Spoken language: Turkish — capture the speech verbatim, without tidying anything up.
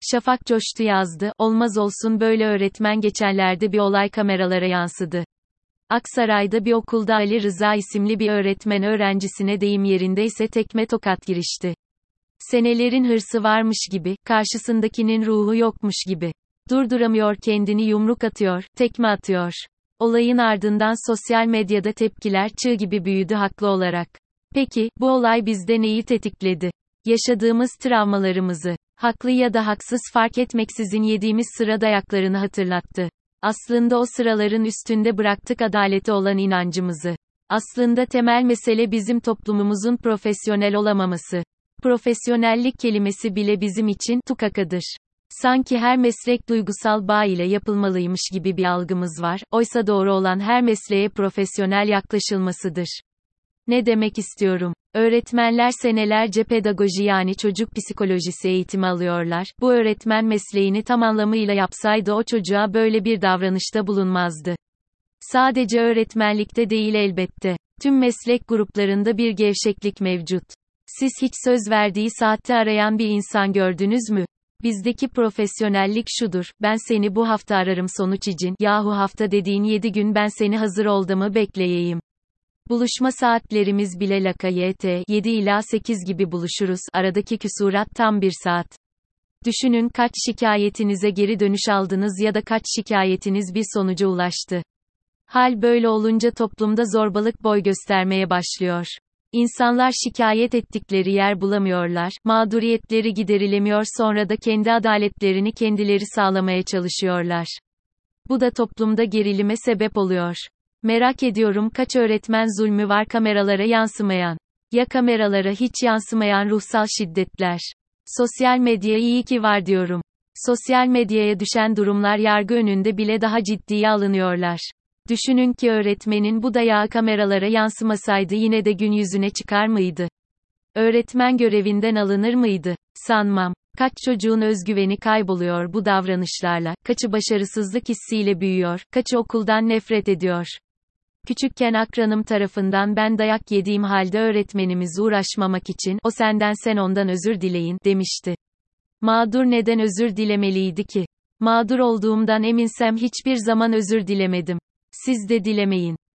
Şafak coştu yazdı, olmaz olsun böyle öğretmen geçenlerde bir olay kameralara yansıdı. Aksaray'da bir okulda Ali Rıza isimli bir öğretmen öğrencisine deyim yerindeyse tekme tokat girişti. Senelerin hırsı varmış gibi, karşısındakinin ruhu yokmuş gibi. Durduramıyor kendini yumruk atıyor, tekme atıyor. Olayın ardından sosyal medyada tepkiler çığ gibi büyüdü haklı olarak. Peki, bu olay bizde neyi tetikledi? Yaşadığımız travmalarımızı, haklı ya da haksız fark etmeksizin yediğimiz sıra dayaklarını hatırlattı. Aslında o sıraların üstünde bıraktık adalete olan inancımızı. Aslında temel mesele bizim toplumumuzun profesyonel olamaması. Profesyonellik kelimesi bile bizim için tukakadır. Sanki her meslek duygusal bağ ile yapılmalıymış gibi bir algımız var, oysa doğru olan her mesleğe profesyonel yaklaşılmasıdır. Ne demek istiyorum? Öğretmenler senelerce pedagoji yani çocuk psikolojisi eğitimi alıyorlar. Bu öğretmen mesleğini tam anlamıyla yapsaydı o çocuğa böyle bir davranışta bulunmazdı. Sadece öğretmenlikte değil elbette. Tüm meslek gruplarında bir gevşeklik mevcut. Siz hiç söz verdiği saatte arayan bir insan gördünüz mü? Bizdeki profesyonellik şudur, ben seni bu hafta ararım sonuç için, yahu hafta dediğin yedi gün ben seni hazır oldamı bekleyeyim. Buluşma saatlerimiz bile lakayt, yedi ila sekiz gibi buluşuruz, aradaki küsurat tam bir saat. Düşünün kaç şikayetinize geri dönüş aldınız ya da kaç şikayetiniz bir sonuca ulaştı. Hal böyle olunca toplumda zorbalık boy göstermeye başlıyor. İnsanlar şikayet ettikleri yer bulamıyorlar, mağduriyetleri giderilemiyor sonra da kendi adaletlerini kendileri sağlamaya çalışıyorlar. Bu da toplumda gerilime sebep oluyor. Merak ediyorum kaç öğretmen zulmü var kameralara yansımayan. Ya kameralara hiç yansımayan ruhsal şiddetler. Sosyal medya iyi ki var diyorum. Sosyal medyaya düşen durumlar yargı önünde bile daha ciddiye alınıyorlar. Düşünün ki öğretmenin bu dayağı kameralara yansımasaydı yine de gün yüzüne çıkar mıydı? Öğretmen görevinden alınır mıydı? Sanmam. Kaç çocuğun özgüveni kayboluyor bu davranışlarla, kaçı başarısızlık hissiyle büyüyor, kaçı okuldan nefret ediyor. Küçükken akranım tarafından ben dayak yediğim halde öğretmenimiz uğraşmamak için, o senden sen ondan özür dileyin, demişti. Mağdur neden özür dilemeliydi ki? Mağdur olduğumdan eminsem hiçbir zaman özür dilemedim. Siz de dilemeyin.